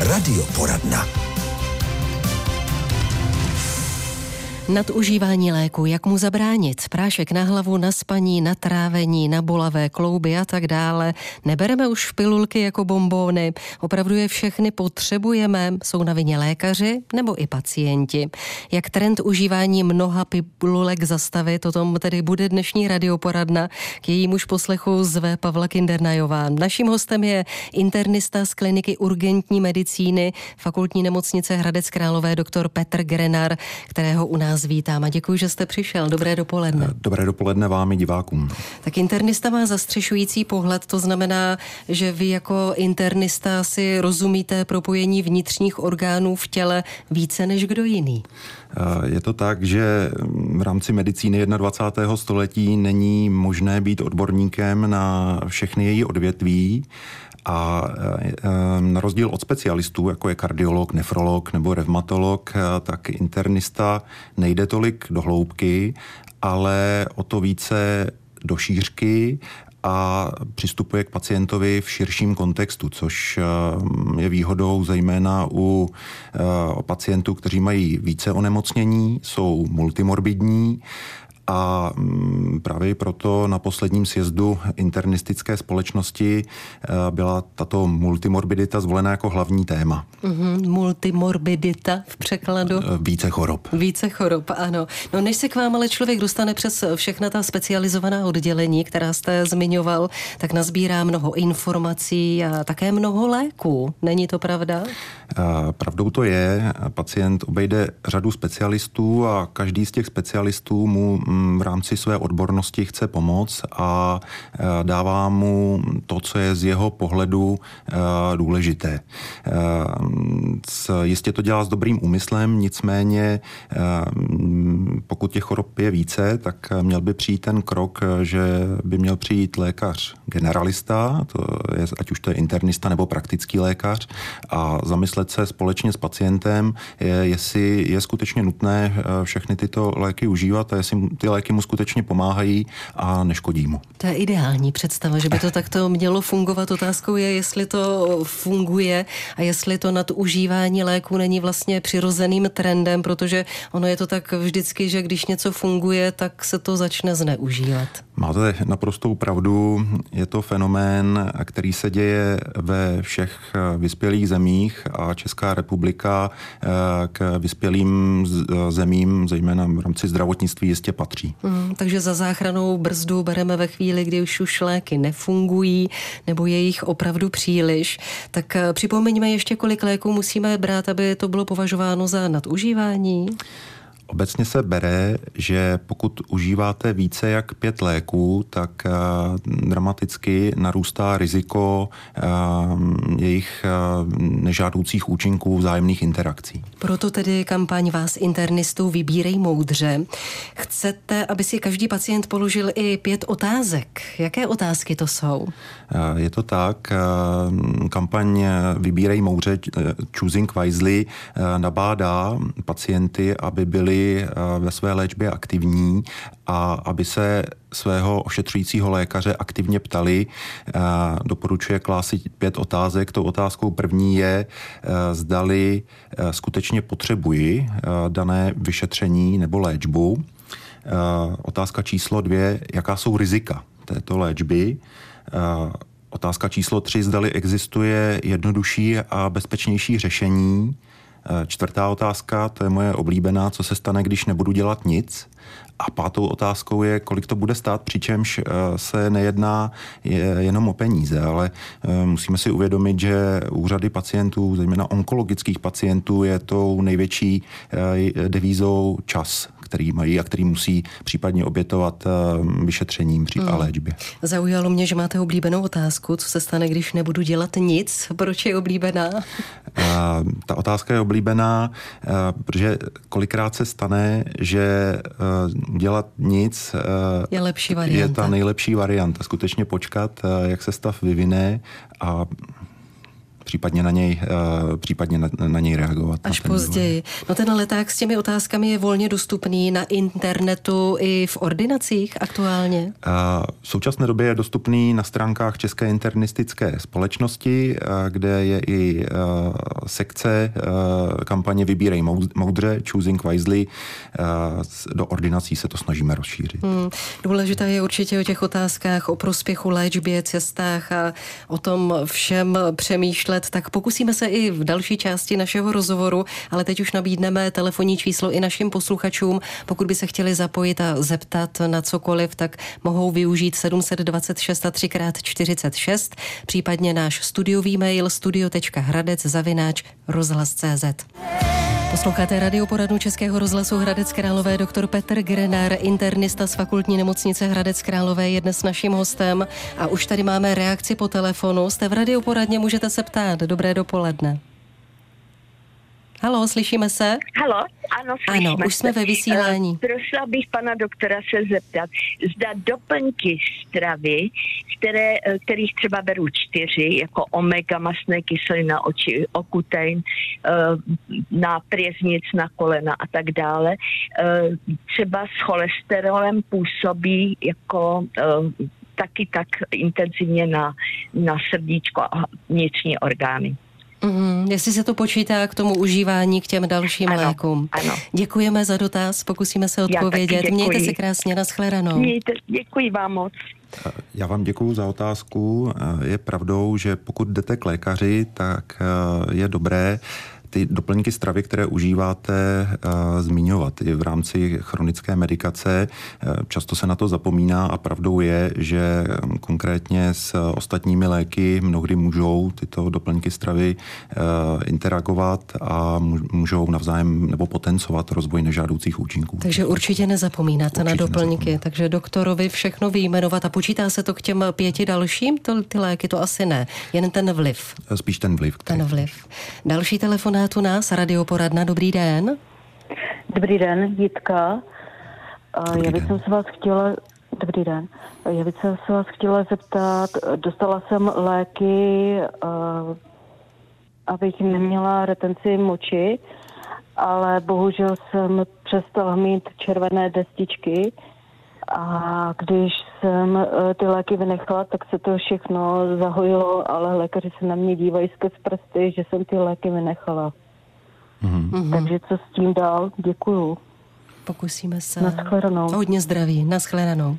Radioporadna. Nadužívání léku, jak mu zabránit? Prášek na hlavu, na spaní, na trávení, na bolavé klouby a tak dále. Nebereme už pilulky jako bonbóny. Opravdu je všechny potřebujeme. Jsou na vině lékaři nebo i pacienti. Jak trend užívání mnoha pilulek zastavit, o tom tedy bude dnešní radioporadna. K jejímuž poslechu zve Pavla Kindernajová. Naším hostem je internista z kliniky urgentní medicíny Fakultní nemocnice Hradec Králové doktor Petr Grenar, kterého u nás vítám a děkuji, že jste přišel. Dobré dopoledne. Dobré dopoledne vám i divákům. Tak internista má zastřešující pohled, to znamená, že vy jako internista si rozumíte propojení vnitřních orgánů v těle více než kdo jiný. Je to tak, že v rámci medicíny 21. století není možné být odborníkem na všechny její odvětví, a na rozdíl od specialistů, jako je kardiolog, nefrolog nebo revmatolog, tak internista nejde tolik do hloubky, ale o to více do šířky a přistupuje k pacientovi v širším kontextu, což je výhodou zejména u pacientů, kteří mají více onemocnění, jsou multimorbidní. A právě proto na posledním sjezdu internistické společnosti byla tato multimorbidita zvolena jako hlavní téma. Multimorbidita v překladu? Více chorob. Více chorob, ano. No než se k vám ale člověk dostane přes všechna ta specializovaná oddělení, která jste zmiňoval, tak nazbírá mnoho informací a také mnoho léků. Není to pravda? Pravdou to je. Pacient obejde řadu specialistů a každý z těch specialistů mu v rámci své odbornosti chce pomoct a dává mu to, co je z jeho pohledu důležité. Jistě to dělá s dobrým úmyslem, nicméně pokud těch chorob je více, tak měl by přijít ten krok, že by měl přijít lékař generalista, ať už to je internista nebo praktický lékař, a zamyslet se společně s pacientem, jestli je skutečně nutné všechny tyto léky užívat a jestli ty léky mu skutečně pomáhají a neškodí mu. To je ideální představa, že by to takto mělo fungovat. Otázkou je, jestli to funguje a jestli to nadužívání léku není vlastně přirozeným trendem, protože ono je to tak vždycky, že když něco funguje, tak se to začne zneužívat. Máte naprostou pravdu. Je to fenomén, který se děje ve všech vyspělých zemích a Česká republika k vyspělým zemím, zejména v rámci zdravotnictví, jistě patří. Takže za záchrannou brzdu bereme ve chvíli, kdy už léky nefungují nebo je jich opravdu příliš. Tak připomeňme ještě, kolik léků musíme brát, aby to bylo považováno za nadužívání. Obecně se bere, že pokud užíváte více jak 5 léků, tak dramaticky narůstá riziko jejich nežádoucích účinků vzájemných interakcí. Proto tedy kampaň vás internistů Vybírej moudře. Chcete, aby si každý pacient položil i 5 otázek. Jaké otázky to jsou? Je to tak. Kampaň Vybírej moudře, Choosing Wisely, nabádá pacienty, aby byli ve své léčbě aktivní a aby se svého ošetřujícího lékaře aktivně ptali. Doporučuje klást 5 otázek. Tou otázkou první je, zdali skutečně potřebuji dané vyšetření nebo léčbu. Otázka číslo 2, jaká jsou rizika této léčby. Otázka číslo 3, zdali existuje jednodušší a bezpečnější řešení. 4. otázka, to je moje oblíbená, co se stane, když nebudu dělat nic. A 5. otázkou je, kolik to bude stát, přičemž se nejedná jenom o peníze, ale musíme si uvědomit, že úřady pacientů, zejména onkologických pacientů, je tou největší devízou čas, který mají a který musí případně obětovat vyšetřením a léčbě. Zaujalo mě, že máte oblíbenou otázku, co se stane, když nebudu dělat nic. Proč je oblíbená? Ta otázka je oblíbená, protože kolikrát se stane, že dělat nic je lepší varianta. Je ta nejlepší varianta. Skutečně počkat, jak se stav vyvine a případně na něj reagovat. Až později. No ten leták s těmi otázkami je volně dostupný na internetu i v ordinacích aktuálně? V současné době je dostupný na stránkách České internistické společnosti, kde je i sekce kampaně Vybírej moudře, Choosing Wisely. Do ordinací se to snažíme rozšířit. Důležité je určitě o těch otázkách, o prospěchu léčbě, cestách a o tom všem přemýšlet. Tak pokusíme se i v další části našeho rozhovoru, ale teď už nabídneme telefonní číslo i našim posluchačům. Pokud by se chtěli zapojit a zeptat na cokoliv, tak mohou využít 726 a 3x46, případně náš studiový mail studio.hradec@rozhlas.cz. Posloucháte radioporadnu Českého rozhlasu Hradec Králové. Doktor Petr Grenár, internista z Fakultní nemocnice Hradec Králové, je dnes naším hostem a už tady máme reakci po telefonu. Jste v radioporadně, můžete se ptát. Dobré dopoledne. Haló, slyšíme se? Haló, ano, slyšíme. Ano, už jsme ve vysílání. Prosila bych pana doktora se zeptat, zda doplňky stravy, kterých třeba beru 4, jako omega, mastné kyselina, okutein, na prieznic, na kolena a tak dále, třeba s cholesterolem působí jako taky tak intenzivně na srdíčko a vnitřní orgány. Jestli se to počítá k tomu užívání k těm dalším lékům. Ano. Děkujeme za dotaz, pokusíme se odpovědět. Mějte se krásně, nashledanou. Děkuji vám moc. Já vám děkuju za otázku. Je pravdou, že pokud jdete k lékaři, tak je dobré ty doplňky stravy, které užíváte, zmiňovat i v rámci chronické medikace. Často se na to zapomíná a pravdou je, že konkrétně s ostatními léky mnohdy můžou tyto doplňky stravy interagovat a můžou navzájem nebo potencovat rozvoj nežádoucích účinků. Takže určitě nezapomínáte na doplňky. Takže doktorovi všechno vyjmenovat a počítá se to k těm 5 dalším? Ty léky to asi ne. Jen ten vliv. Spíš ten vliv. Ten vliv. Další telefonát u nás, radioporadna, dobrý den. Dobrý den, Jitka. Já bych se vás chtěla... Dobrý den. Já bych se vás chtěla zeptat, dostala jsem léky, abych neměla retenci moči, ale bohužel jsem přestala mít červené destičky a když jsem ty léky vynechala, tak se to všechno zahojilo, ale lékaři se na mě dívají skrz prsty, že jsem ty léky vynechala. Takže co s tím dál? Děkuju. Pokusíme se. Nashledanou. Hodně zdraví. Nashledanou.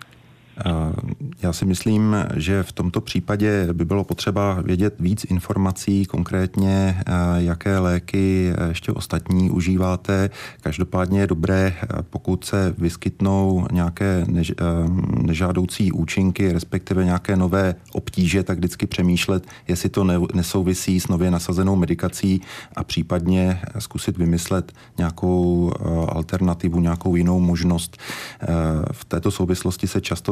Já si myslím, že v tomto případě by bylo potřeba vědět víc informací, konkrétně jaké léky ještě ostatní užíváte. Každopádně je dobré, pokud se vyskytnou nějaké nežádoucí účinky, respektive nějaké nové obtíže, tak vždycky přemýšlet, jestli to nesouvisí s nově nasazenou medikací a případně zkusit vymyslet nějakou alternativu, nějakou jinou možnost. V této souvislosti se často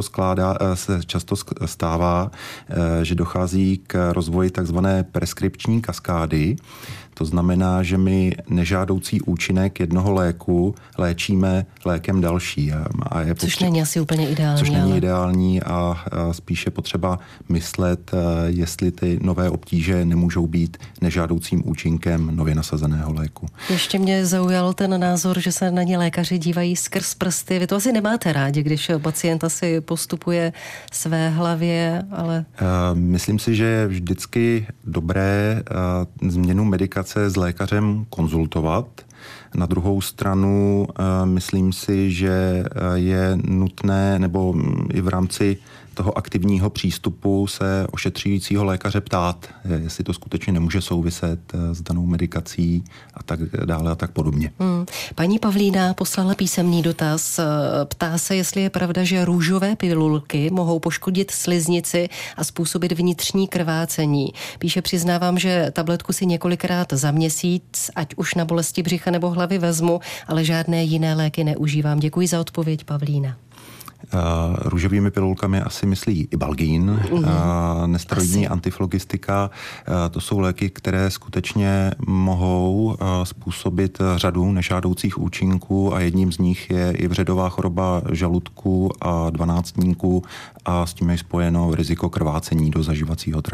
stává, že dochází k rozvoji takzvané preskripční kaskády. To znamená, že my nežádoucí účinek jednoho léku léčíme lékem další. Což není asi úplně ideální. Což není ideální a spíše potřeba myslet, jestli ty nové obtíže nemůžou být nežádoucím účinkem nově nasazeného léku. Ještě mě zaujal ten názor, že se na ně lékaři dívají skrz prsty. Vy to asi nemáte rádi, když pacient asi postupuje své hlavě, ale... Myslím si, že je vždycky dobré změnu medikace s lékařem konzultovat. Na druhou stranu myslím si, že je nutné, nebo i v rámci toho aktivního přístupu se ošetřujícího lékaře ptát, jestli to skutečně nemůže souviset s danou medikací a tak dále a tak podobně. Paní Pavlína poslala písemný dotaz. Ptá se, jestli je pravda, že růžové pilulky mohou poškodit sliznici a způsobit vnitřní krvácení. Píše, přiznávám, že tabletku si několikrát za měsíc, ať už na bolesti břicha nebo hlavy vezmu, ale žádné jiné léky neužívám. Děkuji za odpověď, Pavlína. Růžovými pilulkami asi myslí Ibalgin, nesteroidní antiflogistika. To jsou léky, které skutečně mohou způsobit řadu nežádoucích účinků a jedním z nich je i vředová choroba žaludku a dvanáctníku a s tím je spojeno riziko krvácení do zažívacího traktu.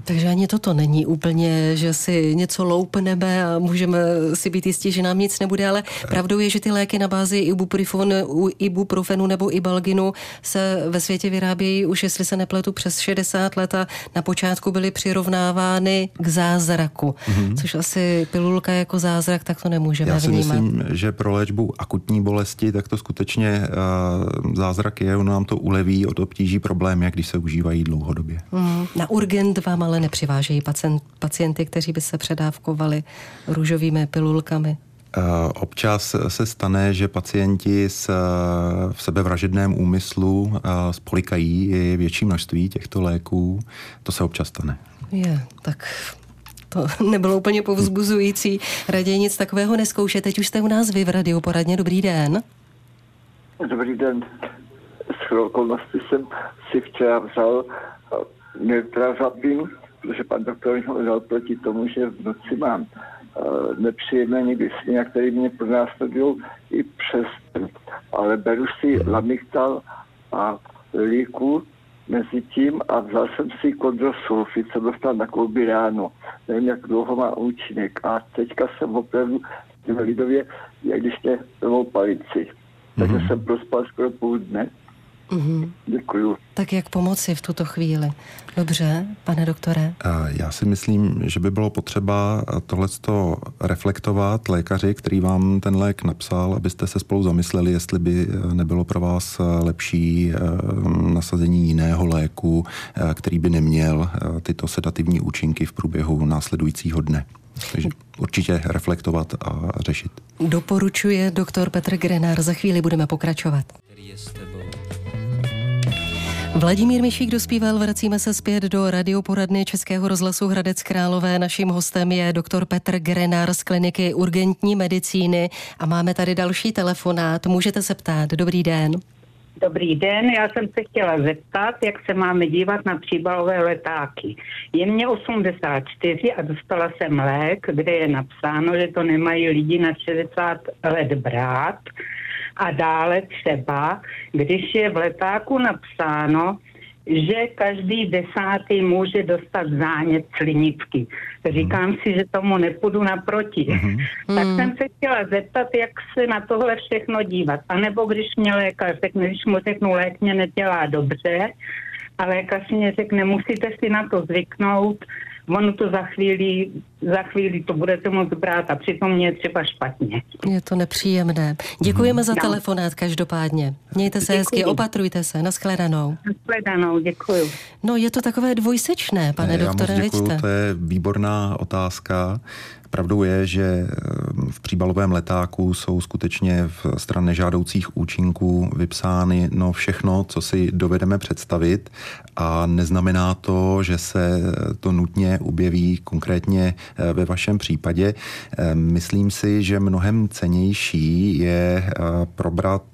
Takže ani toto není úplně, že si něco loupneme a můžeme si být jistí, že nám nic nebude, ale pravdou je, že ty léky na bázi ibuprofenu nebo ibalginu se ve světě vyrábějí už, jestli se nepletu, přes 60 let a na počátku byly přirovnávány k zázraku, což asi pilulka jako zázrak, tak to nemůžeme vnímat. Já si myslím, že pro léčbu akutní bolesti, tak to skutečně zázrak je, ono nám to uleví od obtíží problém, jak když se užívají dlouhodobě. Na urgent vám ale nepřivážejí pacienty, kteří by se předávkovali růžovými pilulkami? Občas se stane, že pacienti v sebevražedném úmyslu spolikají i větší množství těchto léků. To se občas stane. Tak to nebylo úplně povzbuzující. Raději nic takového nezkoušet. Teď už jste u nás vy v radioporadně. Dobrý den. Dobrý den. S okolností jsem si včera vzal Nirtrazapin, protože pan doktor mi ho dal proti tomu, že v noci mám nepříjemné někdy sny, který mě pronásledují i přes den. Ale beru si Lamictal a Liku mezi tím a vzal jsem si Kondrosulfid, co dostal na kloubi ráno. Nevím, jak dlouho má účinek. A teďka jsem opravdu lidově, jak když mě novou palici. Takže jsem prospal skoro půl dne. Děkuju. Tak jak pomoci v tuto chvíli? Dobře, pane doktore? Já si myslím, že by bylo potřeba tohleto reflektovat lékaři, který vám ten lék napsal, abyste se spolu zamysleli, jestli by nebylo pro vás lepší nasazení jiného léku, který by neměl tyto sedativní účinky v průběhu následujícího dne. Takže určitě reflektovat a řešit. Doporučuje doktor Petr Grenár. Za chvíli budeme pokračovat. Vladimír Mišík dospíval, vracíme se zpět do radioporadny Českého rozhlasu Hradec Králové. Naším hostem je doktor Petr Grenár z kliniky urgentní medicíny a máme tady další telefonát. Můžete se ptát. Dobrý den. Dobrý den, já jsem se chtěla zeptat, jak se máme dívat na příbalové letáky. Je mě 84 a dostala jsem lék, kde je napsáno, že to nemají lidi na 60 let brát. A dále třeba, když je v letáku napsáno, že každý 10. může dostat zánět slinivky. Říkám si, že tomu nepůjdu naproti. Tak jsem se chtěla zeptat, jak se na tohle všechno dívat. A nebo když mě lékař řekne, když mu řeknu, lék mě nedělá dobře, a lékař mě řekne, musíte si na to zvyknout, ono to za chvíli to budete moc brát a přitom mě je třeba špatně. Je to nepříjemné. Děkujeme za telefonát každopádně. Mějte se hezky, opatrujte se. Nashledanou. Nashledanou, děkuju. No, je to takové dvojsečné, pane doktore, děkuju, to je výborná otázka. Pravdou je, že v příbalovém letáku jsou skutečně stran nežádoucích účinků vypsány všechno, co si dovedeme představit a neznamená to, že se to nutně objeví konkrétně ve vašem případě. Myslím si, že mnohem cennější je probrat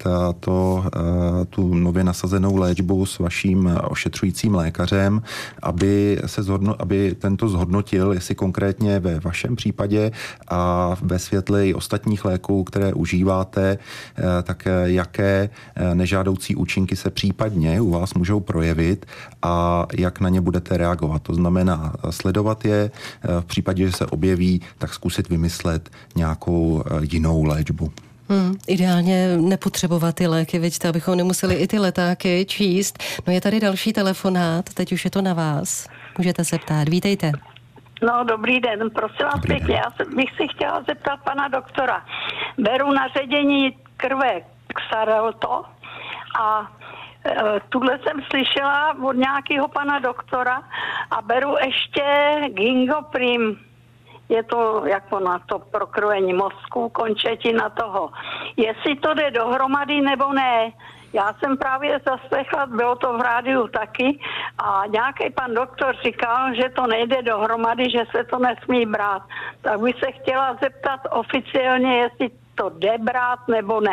tu nově nasazenou léčbu s vaším ošetřujícím lékařem, aby tento zhodnotil, jestli konkrétně ve vašem případě a ve světle i ostatních léků, které užíváte, tak jaké nežádoucí účinky se případně u vás můžou projevit a jak na ně budete reagovat. To znamená sledovat je, v případě, že se objeví, tak zkusit vymyslet nějakou jinou léčbu. Ideálně nepotřebovat ty léky, vidíte, abychom nemuseli i ty letáky číst. No, je tady další telefonát, teď už je to na vás. Můžete se ptát. Vítejte. No, dobrý den, prosím vás pěkně, já bych si chtěla zeptat pana doktora. Beru na ředění krve Xarelto a tuhle jsem slyšela od nějakého pana doktora a beru ještě Gingoprim. Je to jako na to prokrojení mozku, končetina toho. Jestli to jde dohromady nebo ne. Já jsem právě zaslechla, bylo to v rádiu taky a nějaký pan doktor říkal, že to nejde dohromady, že se to nesmí brát. Tak bych se chtěla zeptat oficiálně, jestli to jde brát nebo ne.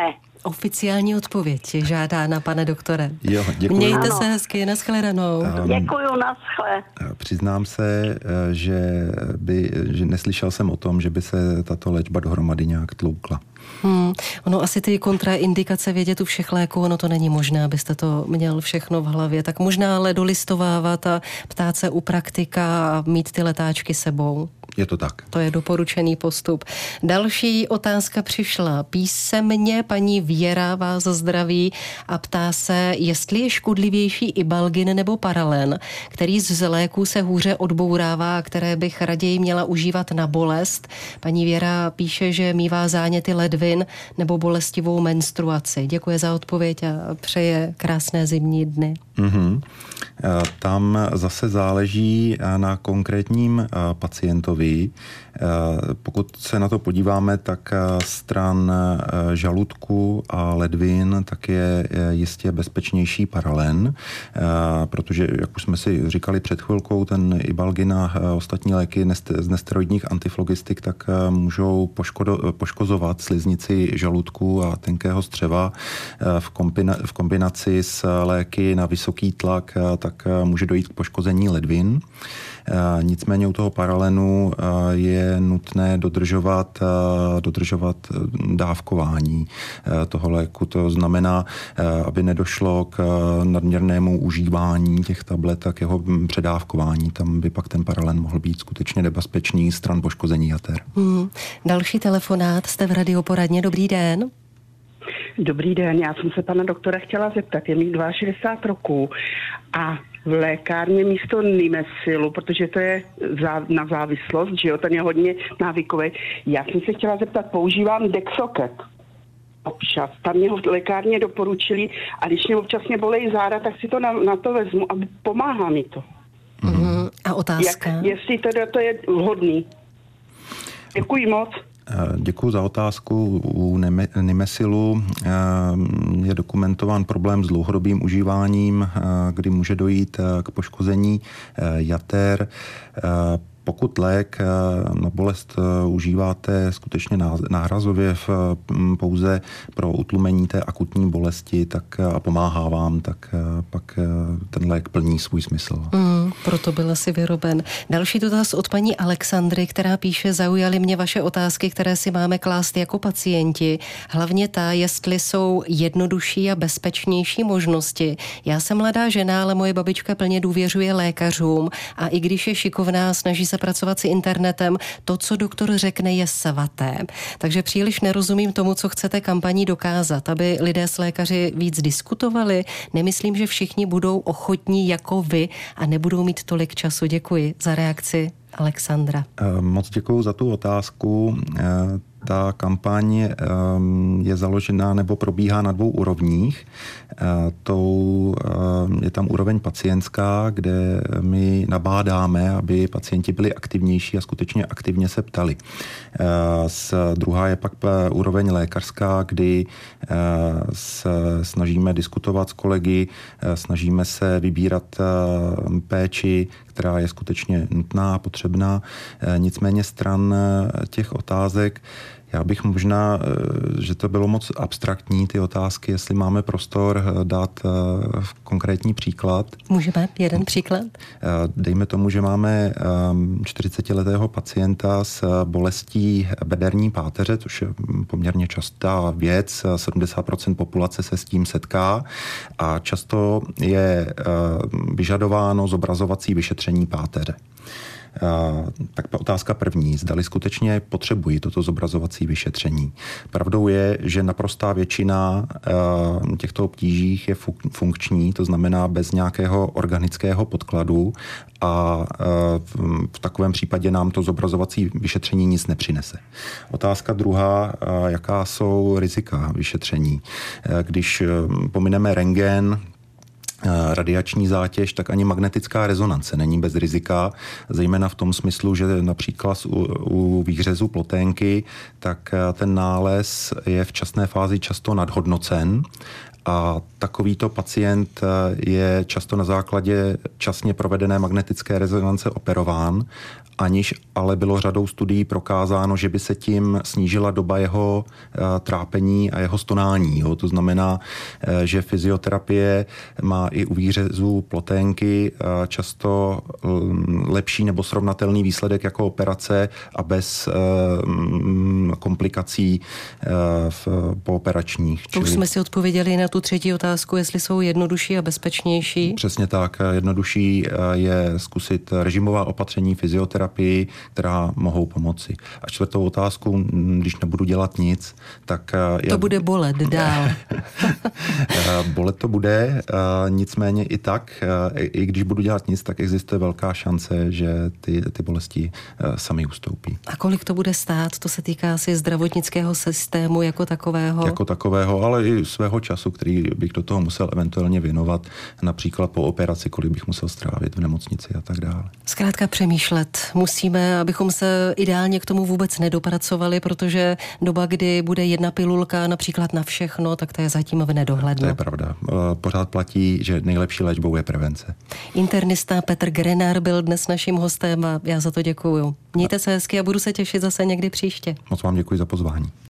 Oficiální odpověď je žádána, pane doktore. Jo, děkuji. Mějte se hezky, nashledanou. Děkuju, naschle. Přiznám se, že neslyšel jsem o tom, že by se tato léčba dohromady nějak tloukla. Ono asi ty kontraindikace vědět u všech léků, ono to není možné, abyste to měl všechno v hlavě. Tak možná ale dolistovávat a ptát se u praktika a mít ty letáčky sebou. Je to tak. To je doporučený postup. Další otázka přišla písemně. Paní Věra vás zdraví a ptá se, jestli je škodlivější Ibalgin nebo Paralen, který z léků se hůře odbourává a které bych raději měla užívat na bolest. Paní Věra píše, že mívá záněty ledvin nebo bolestivou menstruaci. Děkuji za odpověď a přeje krásné zimní dny. Tam zase záleží na konkrétním pacientovi. Pokud se na to podíváme, tak stran žaludku a ledvin tak je jistě bezpečnější Paralen, protože, jak už jsme si říkali před chvilkou, ten Ibalgin a ostatní léky z nesteroidních antiflogistik tak můžou poškozovat sliznici žaludku a tenkého střeva v kombinaci s léky na vysoký tlak, tak může dojít k poškození ledvin. Nicméně u toho Paralenu je nutné dodržovat dávkování toho léku. To znamená, aby nedošlo k nadměrnému užívání těch tablet a k jeho předávkování. Tam by pak ten Paralen mohl být skutečně nebezpečný stran poškození jater. Další telefonát, jste v radioporadně. Dobrý den. Dobrý den, já jsem se pana doktora chtěla zeptat, je mi 62 roků a v lékárně místo Nimesilu, protože to je na závislost, že jo, ten je hodně návykový. Já jsem se chtěla zeptat, používám Dexoket občas. Tam mě ho v lékárně doporučili a když mě občas bolí záda, tak si to na to vezmu a pomáhá mi to. A otázka? Jestli teda to je vhodný. Děkuji moc. Děkuji za otázku. U Nimesilu je dokumentován problém s dlouhodobým užíváním, kdy může dojít k poškození jater. Pokud lék na bolest užíváte skutečně náhrazově pouze pro utlumení té akutní bolesti a pomáhá vám, tak pak ten lék plní svůj smysl. Proto byl asi vyroben. Další dotaz od paní Alexandry, která píše, zaujaly mě vaše otázky, které si máme klást jako pacienti. Hlavně ta, jestli jsou jednodušší a bezpečnější možnosti. Já jsem mladá žena, ale moje babička plně důvěřuje lékařům a i když je šikovná, snaží se pracovat s internetem, to, co doktor řekne, je svaté. Takže příliš nerozumím tomu, co chcete kampaní dokázat, aby lidé s lékaři víc diskutovali. Nemyslím, že všichni budou ochotní jako vy a nebudou mít tolik času. Děkuji za reakci Alexandra. Moc děkuji za tu otázku. Ta kampaň je založená nebo probíhá na 2 úrovních. Je tam úroveň pacientská, kde my nabádáme, aby pacienti byli aktivnější a skutečně aktivně se ptali. Druhá je pak úroveň lékařská, kdy se snažíme diskutovat s kolegy, snažíme se vybírat péči, která je skutečně nutná a potřebná. Nicméně stran těch otázek, já bych možná, že to bylo moc abstraktní, ty otázky, jestli máme prostor dát konkrétní příklad. Můžeme jeden příklad? Dejme tomu, že máme 40letého pacienta s bolestí bederní páteře, což je poměrně častá věc, 70% populace se s tím setká a často je vyžadováno zobrazovací vyšetření páteře. Tak otázka první, zdali skutečně potřebují toto zobrazovací vyšetření. Pravdou je, že naprostá většina těchto obtížích je funkční, to znamená bez nějakého organického podkladu a v takovém případě nám to zobrazovací vyšetření nic nepřinese. Otázka druhá, jaká jsou rizika vyšetření. Když pomineme rentgen, radiační zátěž, tak ani magnetická rezonance není bez rizika, zejména v tom smyslu, že například u výhřezu ploténky, tak ten nález je v časné fázi často nadhodnocen a takovýto pacient je často na základě časně provedené magnetické rezonance operován, aniž ale bylo řadou studií prokázáno, že by se tím snížila doba jeho trápení a jeho stonání. Jo. To znamená, že fyzioterapie má i u výřezů ploténky často lepší nebo srovnatelný výsledek jako operace a bez komplikací pooperačních. To už jsme si odpověděli na tu třetí otázku, jestli jsou jednodušší a bezpečnější. Přesně tak. Jednodušší je zkusit režimová opatření, fyzioterapii, která mohou pomoci. A čtvrtou otázku, když nebudu dělat nic, tak... To bude bolet dál. Bolet to bude, nicméně i tak, i když budu dělat nic, tak existuje velká šance, že ty bolesti sami ustoupí. A kolik to bude stát? To se týká asi zdravotnického systému jako takového? Jako takového, ale i svého času, který bych do toho musel eventuálně věnovat, například po operaci, kolik bych musel strávit v nemocnici a tak dále. Zkrátka přemýšlet musíme, abychom se ideálně k tomu vůbec nedopracovali, protože doba, kdy bude jedna pilulka například na všechno, tak to je zatím v nedohlednu. To je pravda. Pořád platí, že nejlepší léčbou je prevence. Internista Petr Grenár byl dnes naším hostem a já za to děkuju. Mějte se hezky a budu se těšit zase někdy příště. Moc vám děkuji za pozvání.